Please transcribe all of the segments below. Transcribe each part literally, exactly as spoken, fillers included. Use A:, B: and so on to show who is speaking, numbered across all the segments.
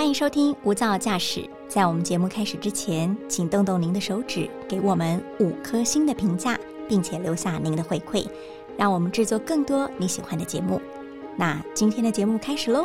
A: 欢迎收听无噪驾驶。在我们节目开始之前，请动动您的手指，给我们五颗星的评价，并且留下您的回馈，让我们制作更多你喜欢的节目。那今天的节目开始咯。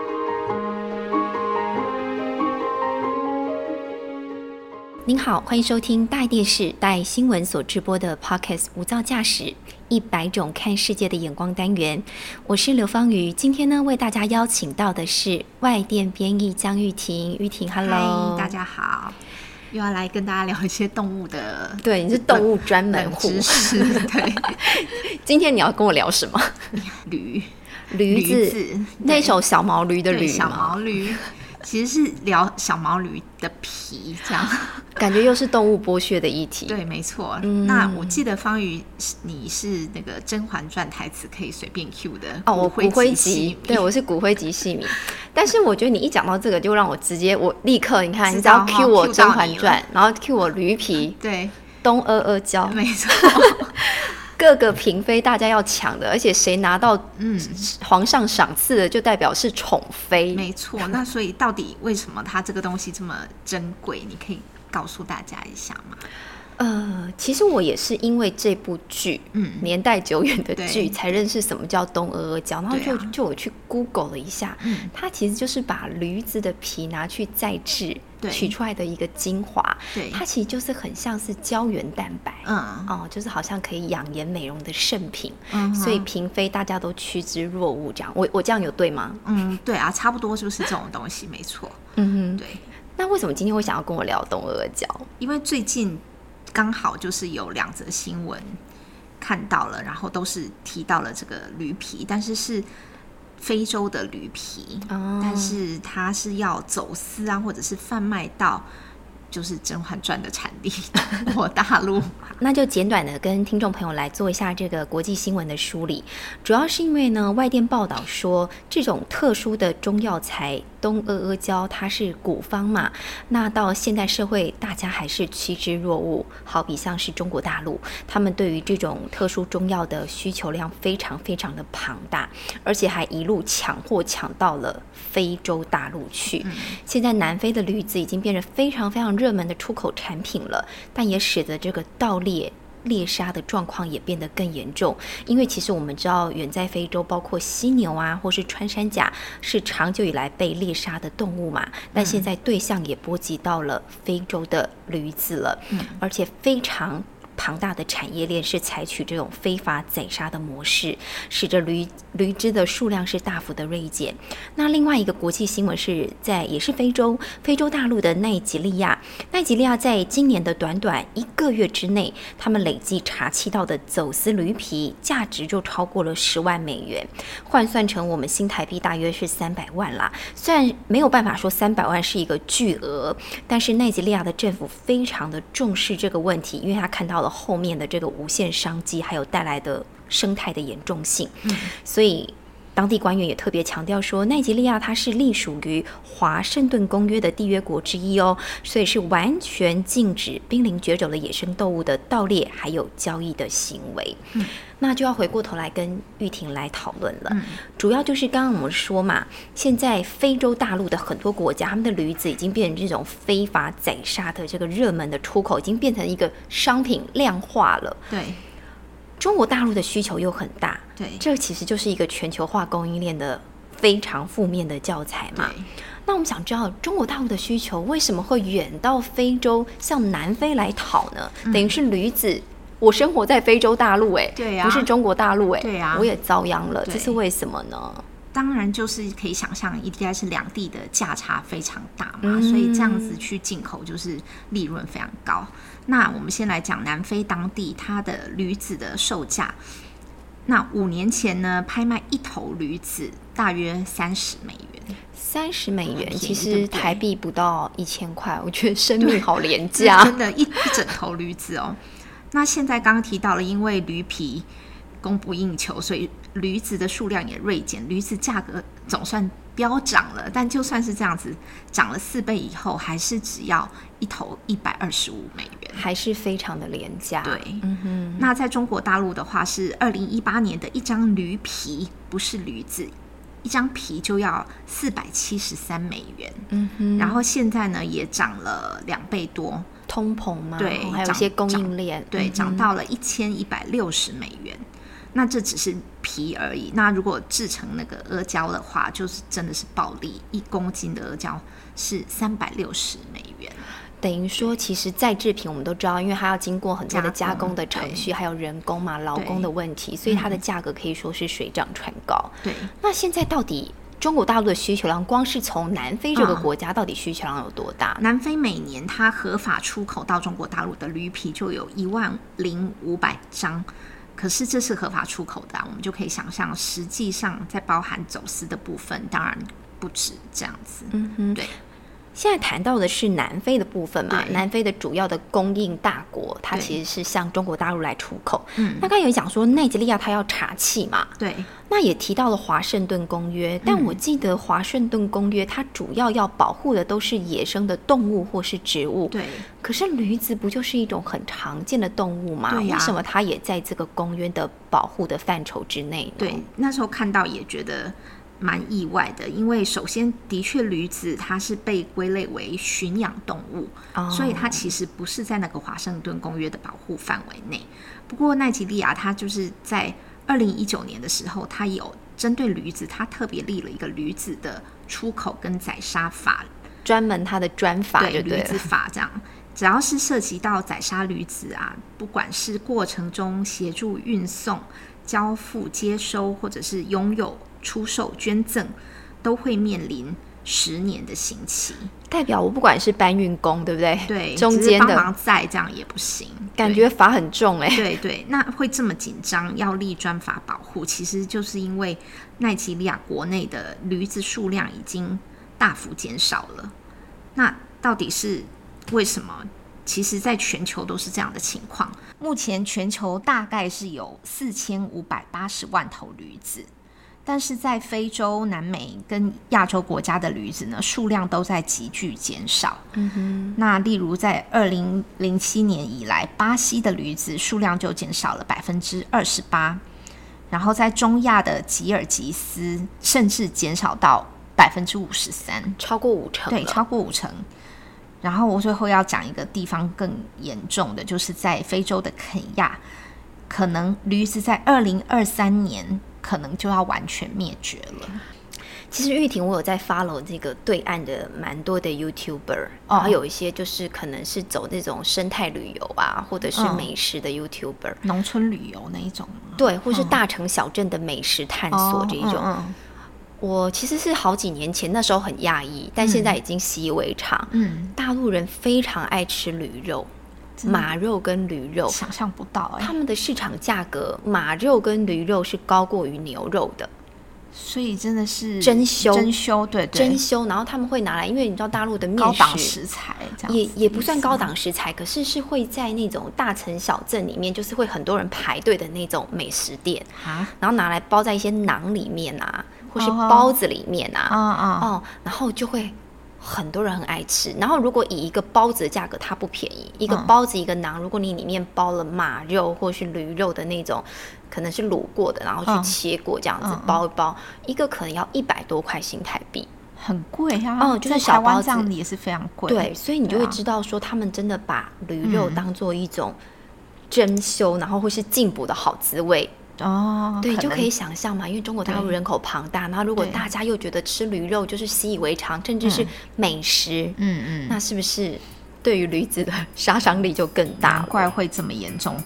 A: 您好，欢迎收听大爱电视大爱新闻所直播的 Podcast 无噪驾驶一百种看世界的眼光单元，我是刘芳瑜。今天呢，为大家邀请到的是外电编译江玉婷。玉婷 ，Hello，
B: 大家好，又要来跟大家聊一些动物的，
A: 对，你是动物专门户，
B: 知识。对，
A: 今天你要跟我聊什么？
B: 驴，
A: 驴子，
B: 驴子
A: 那首小毛驴的驴吗？
B: 小毛驴。其实是聊小毛驴的皮，这样
A: 感觉又是动物剥削的议题。
B: 对，没错。嗯、那我记得芳瑜，你是那个《甄嬛传》台词可以随便 Q 的
A: 哦，我骨灰级，对，我是骨灰级戏迷。但是我觉得你一讲到这个，就让我直接，我立刻，你看，你只要 Q 我《甄嬛传》，然后 Q 我驴皮，
B: 对，
A: 东阿阿胶，
B: 没错。
A: 各个嫔妃大家要抢的，而且谁拿到嗯皇上赏赐的，就代表是宠妃。
B: 没错，那所以到底为什么它这个东西这么珍贵？你可以告诉大家一下吗？
A: 呃，其实我也是因为这部剧，嗯，年代久远的剧，才认识什么叫东阿阿胶，然后就、啊、就我去 Google 了一下，嗯，它其实就是把驴子的皮拿去再制。取出来的一个精华，对，它其实就是很像是胶原蛋白，嗯，哦，就是好像可以养颜美容的圣品，嗯，所以嫔妃大家都趋之若鹜，这样，我我这样有对吗？
B: 嗯，对啊，差不多就是这种东西，没错，嗯哼，对。
A: 那为什么今天会想要跟我聊东阿阿胶？
B: 因为最近刚好就是有两则新闻看到了，然后都是提到了这个驴皮，但是是非洲的驴皮，哦，但是它是要走私啊，或者是贩卖到就是《甄嬛传》的产地我大陆。
A: 那就简短的跟听众朋友来做一下这个国际新闻的梳理，主要是因为呢，外电报道说这种特殊的中药材东阿阿胶它是古方嘛，那到现代社会大家还是趋之若鹜，好比像是中国大陆，他们对于这种特殊中药的需求量非常非常的庞大，而且还一路抢货抢到了非洲大陆去，嗯，现在南非的驴子已经变成非常非常热门的出口产品了，但也使得这个盗猎猎杀的状况也变得更严重，因为其实我们知道远在非洲包括犀牛啊或是穿山甲是长久以来被猎杀的动物嘛，但现在对象也波及到了非洲的驴子了，嗯，而且非常庞大的产业链是采取这种非法宰杀的模式，使得驴驴只的数量是大幅的锐减。那另外一个国际新闻是在也是非洲非洲大陆的奈及利亚，奈及利亚在今年的短短一个月之内，他们累计查缉到的走私驴皮价值就超过了十万美元，换算成我们新台币大约是三百万啦。虽然没有办法说三百万是一个巨额，但是奈及利亚的政府非常的重视这个问题，因为他看到了后面的这个无限商机还有带来的生态的严重性，嗯，所以当地官员也特别强调说，奈及利亚它是隶属于华盛顿公约的缔约国之一哦，所以是完全禁止濒临绝种的野生动物的盗猎还有交易的行为，嗯，那就要回过头来跟玉婷来讨论了，嗯，主要就是刚刚我们说嘛，现在非洲大陆的很多国家，他们的驴子已经变成这种非法宰杀的这个热门的出口，已经变成一个商品量化了，
B: 对。
A: 中国大陆的需求又很大，
B: 对，
A: 这其实就是一个全球化供应链的非常负面的教材嘛。那我们想知道中国大陆的需求为什么会远到非洲向南非来讨呢？嗯，等于是驴子，我生活在非洲大陆，哎，
B: 对呀，
A: 不是中国大陆，哎，
B: 对呀，
A: 我也遭殃了，这是为什么呢？
B: 当然就是可以想象，应该是两地的价差非常大嘛，嗯，所以这样子去进口就是利润非常高。那我们先来讲南非当地它的驴子的售价。那五年前呢，拍卖一头驴子大约三十美元。三十美元，
A: 其实台币不到一千块，我觉得生命好廉价，
B: 真的，一一整头驴子哦。那现在刚刚提到了，因为驴皮供不应求，所以驴子的数量也锐减，驴子价格总算飙涨了，但就算是这样子，涨了四倍以后，还是只要一头一百二十五美元，
A: 还是非常的廉价。
B: 对，嗯哼。那在中国大陆的话，是二零一八年的一张驴皮，不是驴子， 一张皮就要四百七十三美元，
A: 嗯哼，
B: 然后现在呢也涨了两倍多，
A: 通膨嘛，
B: 对，
A: 还有一些供应链，
B: 对，
A: 嗯、
B: 涨到了一千一百六十美元。那这只是皮而已，那如果制成那个阿胶的话，就是真的是暴利，一公斤的阿胶是三百六十美元。
A: 等于说，其实再制品我们都知道，因为它要经过很多的加工的程序，还有人工嘛、劳工的问题，所以它的价格可以说是水涨船高。
B: 对，
A: 那现在到底中国大陆的需求量，光是从南非这个国家，到底需求量有多大？
B: 嗯、南非每年它合法出口到中国大陆的驴皮就有一万零五百张。可是这是合法出口的、啊，我们就可以想象，实际上在包含走私的部分，当然不止这样子。
A: 嗯哼，
B: 对。
A: 现在谈到的是南非的部分嘛，南非的主要的供应大国，它其实是向中国大陆来出口。嗯，那刚才有讲说奈及利亚它要查气嘛，
B: 对，
A: 那也提到了华盛顿公约，但我记得华盛顿公约它主要要保护的都是野生的动物或是植物，
B: 对。
A: 可是驴子不就是一种很常见的动物吗？
B: 对呀、
A: 为什么它也在这个公约的保护的范畴之内呢？
B: 对，那时候看到也觉得蛮意外的，因为首先的确驴子它是被归类为驯养动物、哦、所以它其实不是在那个华盛顿公约的保护范围内。不过奈及利亚它就是在二零一九年的时候，它有针对驴子，它特别立了一个驴子的出口跟宰杀法，
A: 专门它的专法就对了，
B: 对，驴子法这样。只要是涉及到宰杀驴子啊，不管是过程中协助运送、交付、接收，或者是拥有、出售、捐赠，都会面临十年的刑期。
A: 代表我不管是搬运工，对不对？
B: 对，
A: 中间的
B: 帮忙载这样也不行，
A: 感觉罚很重哎、欸。
B: 对对，那会这么紧张要立专法保护，其实就是因为奈及利亚国内的驴子数量已经大幅减少了。那到底是为什么？其实在全球都是这样的情况。目前全球大概是有四千五百八十万头驴子，但是在非洲、南美跟亚洲国家的驴子呢，数量都在急剧减少。嗯哼，那例如在二零零七年以来，巴西的驴子数量就减少了百分之二十八，然后在中亚的吉尔吉斯甚至减少到百分之五十三，
A: 超过五成了。
B: 对，超过五成。然后我最后要讲一个地方更严重的，就是在非洲的肯亚，可能驴子在二零二三年可能就要完全灭绝了。
A: 其实玉婷我有在 follow 这个对岸的蛮多的 YouTuber，、哦、然后有一些就是可能是走那种生态旅游啊，或者是美食的 YouTuber，、嗯、
B: 农村旅游那一种，
A: 对，或是大城小镇的美食探索这一种。哦嗯嗯我其实是好几年前那时候很讶异，但现在已经习以为常。嗯，大陆人非常爱吃驴肉，马肉跟驴肉，
B: 想象不到哎、欸，
A: 他们的市场价格，马肉跟驴肉是高过于牛肉的，
B: 所以真的是
A: 珍馐，
B: 珍馐，对对，
A: 珍馐。然后他们会拿来，因为你知道大陆的面食
B: 高档食材，这样
A: 也也不算高档食材，可是是会在那种大城小镇里面，就是会很多人排队的那种美食店啊，然后拿来包在一些馕里面啊。或是包子里面啊，哦哦哦，然后就会很多人很爱吃。然后如果以一个包子的价格，它不便宜，一个包子一个馕，如果你里面包了马肉或是驴肉的那种，可能是卤过的，然后去切过这样子、嗯、包一包，一个可能要一百多块新台币，
B: 很贵啊。
A: 嗯，就是小包子
B: 这样也是非常贵。
A: 对，所以你就会知道说，他们真的把驴肉当做一种珍馐，嗯、然后或是进补的好滋味。哦，对，就可以想象嘛，因为中国大陆人口庞大，然后如果大家又觉得吃驴肉就是习以为常，甚至是美食，嗯嗯，那是不是对于驴子的杀伤力就更大了？
B: 难怪会这么严重。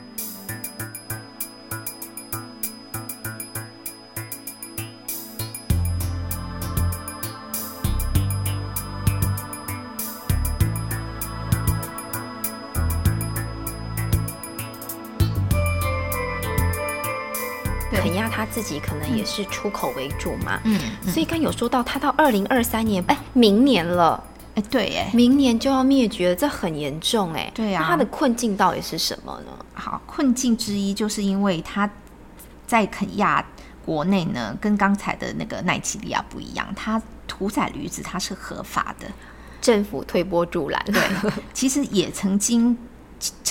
A: 肯亚他自己可能也是出口为主嘛，嗯，嗯所以刚有说到他到二零二三年，哎，明年了，
B: 哎，对，哎，
A: 明年就要灭绝了，这很严重，哎，
B: 对呀、啊。
A: 那他的困境到底是什么呢？
B: 好，困境之一就是因为他在肯亚国内呢，跟刚才的那个奈及利亚不一样，他屠宰驴子它是合法的，
A: 政府推波助澜，
B: 对，其实也曾经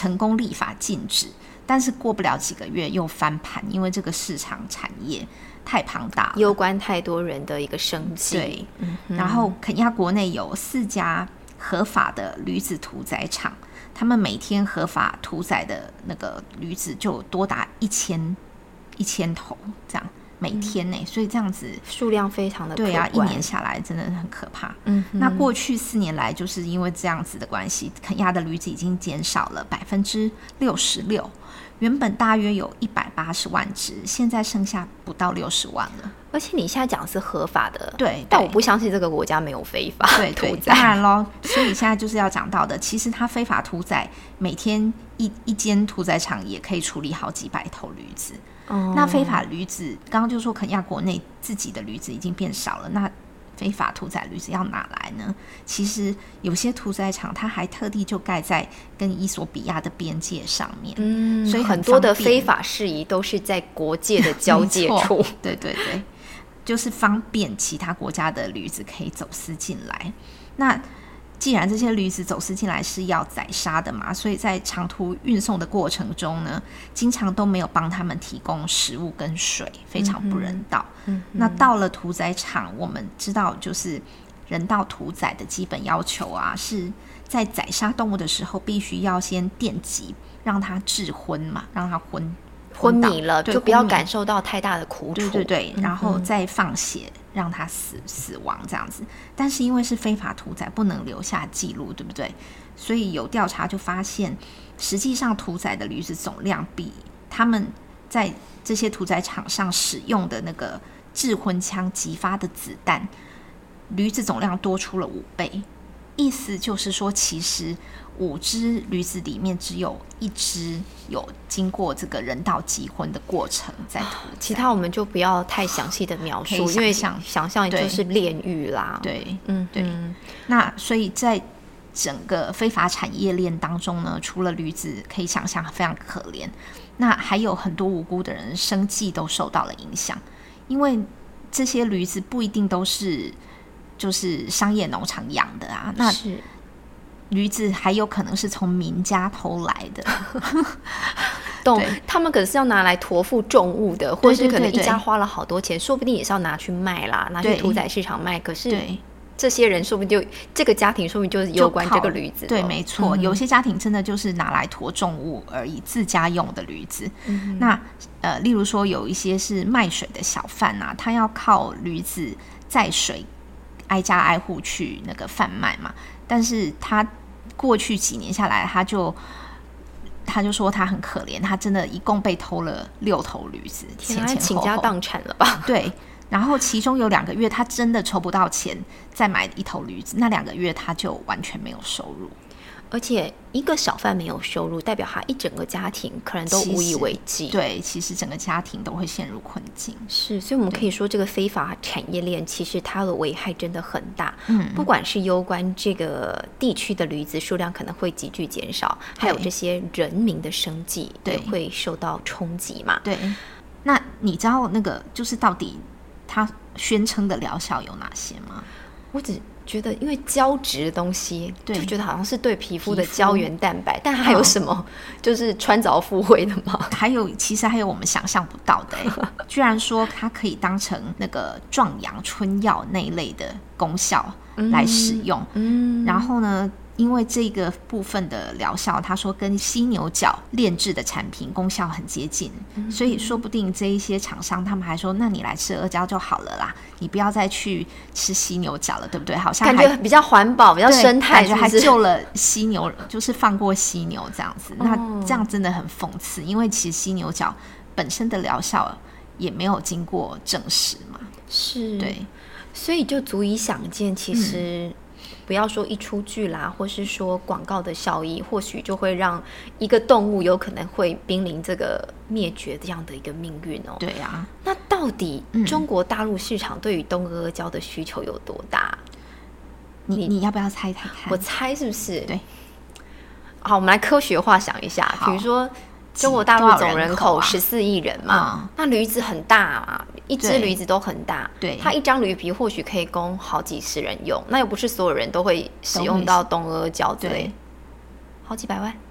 B: 成功立法禁止，但是过不了几个月又翻盘，因为这个市场产业太庞大了，
A: 攸关太多人的一个生计。
B: 对、
A: 嗯、
B: 然后肯亚国内有四家合法的驴子屠宰场，他们每天合法屠宰的那个驴子就多达一千一千头这样。每天呢、欸，所以这样子
A: 数量非常的可观，
B: 对啊，一年下来真的很可怕。
A: 嗯，
B: 那过去四年来，就是因为这样子的关系，肯亚的驴子已经减少了百分之六十六，原本大约有一百八十万只，现在剩下不到六十万了。
A: 而且你现在讲是合法的，
B: 对，
A: 但我不相信这个国家没有非法
B: 对对，当然咯，所以现在就是要讲到的，其实它非法屠宰，每天一一间屠宰场也可以处理好几百头驴子。哦、那非法驴子，刚刚就说肯亚国内自己的驴子已经变少了，那非法屠宰驴子要哪来呢？其实有些屠宰场它还特地就盖在跟伊索比亚的边界上面，
A: 嗯，
B: 所以 很,
A: 很多的非法事宜都是在国界的交界处。
B: 对对对，就是方便其他国家的驴子可以走私进来。那既然这些驴子走私进来是要宰杀的嘛，所以在长途运送的过程中呢，经常都没有帮他们提供食物跟水，非常不人道。嗯嗯、那到了屠宰场，我们知道就是人道屠宰的基本要求啊，是在宰杀动物的时候必须要先电击，让它致昏嘛，让它昏
A: 昏迷了，就不要感受到太大的苦楚。
B: 对对对，然后再放血，让它死死亡这样子。但是因为是非法屠宰，不能留下记录，对不对？所以有调查就发现，实际上屠宰的驴子总量比他们在这些屠宰场上使用的那个致昏枪击发的子弹，驴子总量多出了五倍。意思就是说，其实五只驴子里面只有一只有经过这个人道击昏的过程在屠宰，
A: 其他我们就不要太详细的描述，因为想想象就是炼狱啦。
B: 对，嗯，对。那所以在整个非法产业链当中呢，除了驴子可以想象非常可怜，那还有很多无辜的人生计都受到了影响，因为这些驴子不一定都是就是商业农场养的啊，那驴子还有可能是从民家偷来的。
A: 懂，他们可能是要拿来驮负重物的，或是可能一家花了好多钱，说不定也是要拿去卖啦，拿去屠宰市场卖。可是这些人说不定就这个家庭说不定就是攸关这个驴子。
B: 对，没错、嗯，有些家庭真的就是拿来驮重物而已，自家用的驴子。嗯、那呃，例如说有一些是卖水的小贩啊，他要靠驴子载水挨家挨户去那个贩卖嘛，但是他过去几年下来，他就他就说他很可怜，他真的一共被偷了六头驴子，前前后后
A: 倾家荡产了吧？
B: 对，然后其中有两个月他真的筹不到钱再买一头驴子，那两个月他就完全没有收入。
A: 而且一个小贩没有收入，代表他一整个家庭可能都无以为继。
B: 对，其实整个家庭都会陷入困境。
A: 是，所以我们可以说，这个非法产业链其实它的危害真的很大。嗯，不管是攸关这个地区的驴子数量可能会急剧减少，还有这些人民的生计也会受到冲击嘛。
B: 对，那你知道那个就是到底他宣称的疗效有哪些吗？
A: 我只觉得因为胶质的东西就觉得好像是对皮肤的胶原蛋白，但它还有什么就是穿凿附会的吗？
B: 还有其实还有我们想象不到的居然说它可以当成那个壮阳春药那一类的功效来使用。嗯，然后呢因为这个部分的疗效他说跟犀牛角炼制的产品功效很接近、嗯、所以说不定这一些厂商他们还说那你来吃阿胶就好了啦，你不要再去吃犀牛角了，对不对？好像
A: 感觉比较环保比较生态，
B: 感觉还救了犀牛，就是放过犀牛这样子、哦、那这样真的很讽刺，因为其实犀牛角本身的疗效也没有经过证实嘛。
A: 是，
B: 对，
A: 所以就足以想见其实、嗯不要说一出剧啦，或是说广告的效益，或许就会让一个动物有可能会濒临这个灭绝这样的一个命运哦。
B: 对啊，
A: 那到底中国大陆市场对于东阿阿胶的需求有多大？
B: 你你, 你要不要猜猜看？
A: 我猜是不是？
B: 对，
A: 好，我们来科学化想一下，比如说中国大陆总人口十四亿人嘛、啊嗯，那驴子很大嘛，一只驴子都很大，对，它一张驴皮或许可以供好几十人用，那又不是所有人都会使用到东阿阿胶之类，好几百万，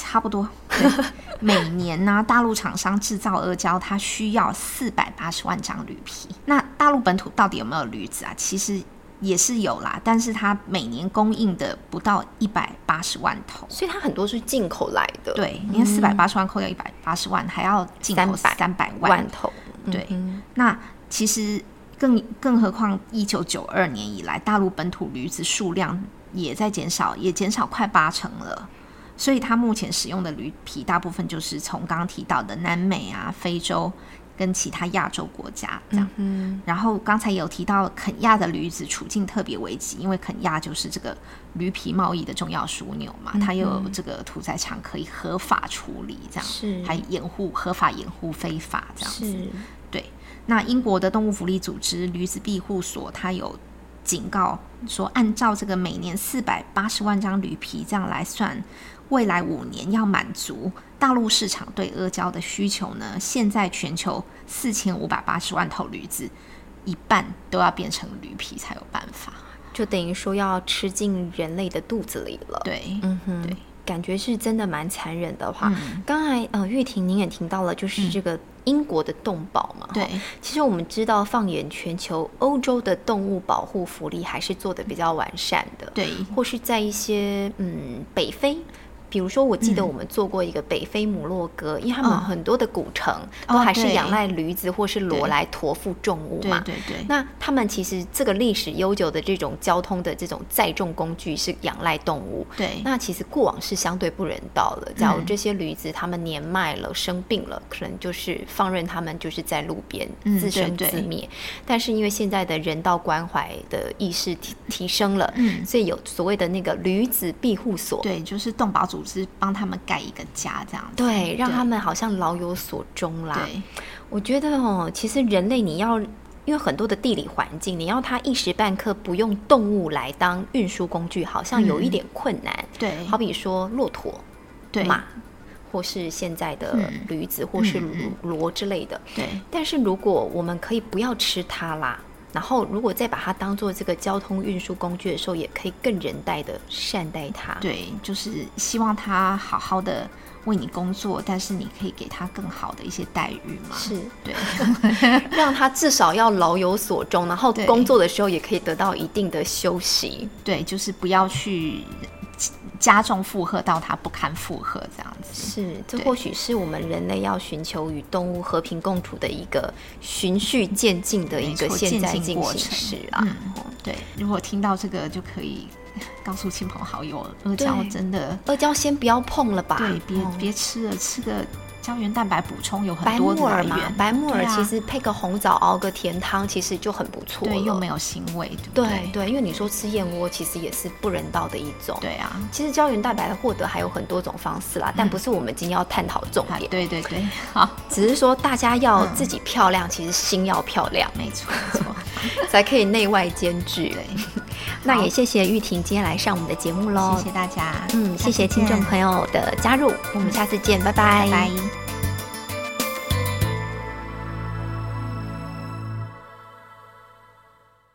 B: 差不多。每年呢、啊，大陆厂商制造阿胶，它需要四百八十万张驴皮。那大陆本土到底有没有驴子啊？其实也是有啦，但是它每年供应的不到一百八十万头，
A: 所以它很多是进口来的。
B: 对，你看四百八十万扣掉一百八十万，还要进口三百万
A: 头。
B: 对，嗯、那其实更更何况一九九二年以来，大陆本土驴子数量也在减少，也减少快八成了。所以它目前使用的驴皮大部分就是从刚刚提到的南美啊、非洲跟其他亚洲国家这样。嗯、然后刚才也有提到肯亚的驴子处境特别危急，因为肯亚就是这个驴皮贸易的重要枢纽嘛，嗯、它又有这个屠宰场可以合法处理，这样是还掩护合法掩护非法这样子。对，那英国的动物福利组织驴子庇护所，它有警告说，按照这个每年四百八十万张驴皮这样来算，未来五年要满足大陆市场对阿胶的需求呢，现在全球四千五百八十万头驴子，一半都要变成驴皮才有办法，
A: 就等于说要吃进人类的肚子里了。
B: 对，
A: 嗯哼，对，感觉是真的蛮残忍的话。嗯、刚才呃玉婷您也听到了，就是这个英国的动保嘛。
B: 对，
A: 其实我们知道，放眼全球，欧洲的动物保护福利还是做得比较完善的。
B: 对，
A: 或是在一些嗯北非。比如说我记得我们做过一个北非摩洛哥、嗯、因为他们很多的古城都还是仰赖驴子或是骡来驮负重物嘛，
B: 对对对，
A: 那他们其实这个历史悠久的这种交通的这种载重工具是仰赖动物，
B: 对，
A: 那其实过往是相对不人道的。假如这些驴子他们年迈了生病了，可能就是放任他们就是在路边自生自灭、嗯、但是因为现在的人道关怀的意识 提, 提升了、嗯、所以有所谓的那个驴子庇护所，
B: 对，就是动保组织帮他们盖一个家这样子，
A: 对，让他们好像老有所终啦。
B: 对，
A: 我觉得哦，其实人类你要因为很多的地理环境，你要它一时半刻不用动物来当运输工具，好像有一点困难。
B: 嗯、对，
A: 好比说骆驼、
B: 对
A: 马，或是现在的驴子，嗯、或是骡之类的。
B: 对，
A: 但是如果我们可以不要吃它啦。然后如果再把它当做这个交通运输工具的时候，也可以更人待的善待它。
B: 对，就是希望它好好的为你工作，但是你可以给它更好的一些待遇嘛。
A: 是，
B: 对，
A: 让它至少要老有所终，然后工作的时候也可以得到一定的休息。
B: 对，就是不要去加重负荷到它不堪负荷这样子。
A: 是，这或许是我们人类要寻求与动物和平共处的一个循序渐进的一个现在进行时啊。
B: 嗯，对，如果听到这个就可以告诉亲朋好友，阿胶真的，
A: 阿胶先不要碰了吧。
B: 对，别、哦、别吃了，吃个胶原蛋白补充有很多的来源。
A: 白木耳嘛，白木耳其实配个红枣熬个甜汤，其实就很不错了。
B: 对，又没有腥味，对不
A: 对？对对，因为你说吃燕窝其实也是不人道的一种。
B: 对啊，
A: 其实胶原蛋白的获得还有很多种方式啦，嗯、但不是我们今天要探讨重点。
B: 啊、对对对，好，
A: 只是说大家要自己漂亮，嗯、其实心要漂亮，
B: 没错没错，
A: 才可以内外兼具。
B: 对，
A: 那也谢谢玉婷今天来上我们的节目喽，
B: 谢谢大家，
A: 嗯，谢谢听众朋友的加入，我们下次见，拜拜。
B: 拜拜。